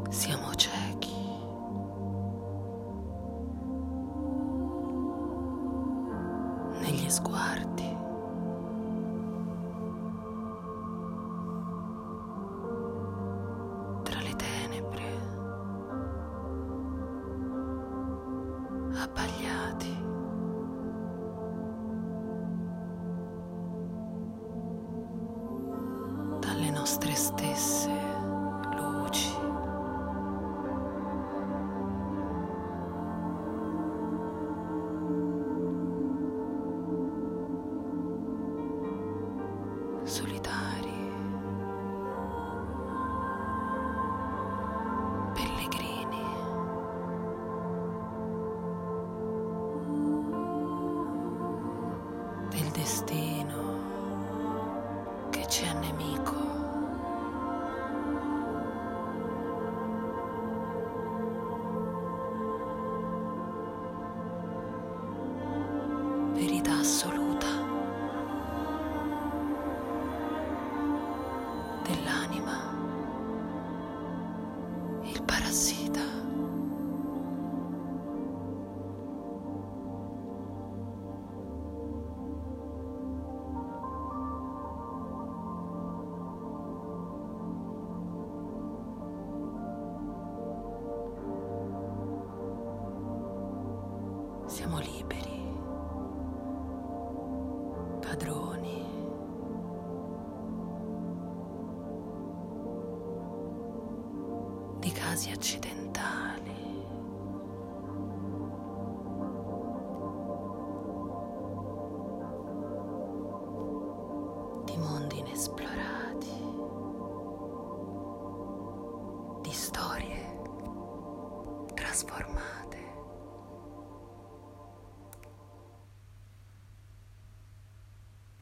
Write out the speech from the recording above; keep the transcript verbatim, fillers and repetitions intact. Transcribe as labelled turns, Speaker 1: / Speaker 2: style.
Speaker 1: Siamo ciechi. Negli sguardi. Tra le tenebre. Abbagliati. Dalle nostre stesse luci. Solitari, pellegrini, del destino che ci è nemico. Verità assoluta dell'anima, il parassita. Siamo liberi, padroni. Di casi accidentali, di mondi inesplorati, di storie trasformate.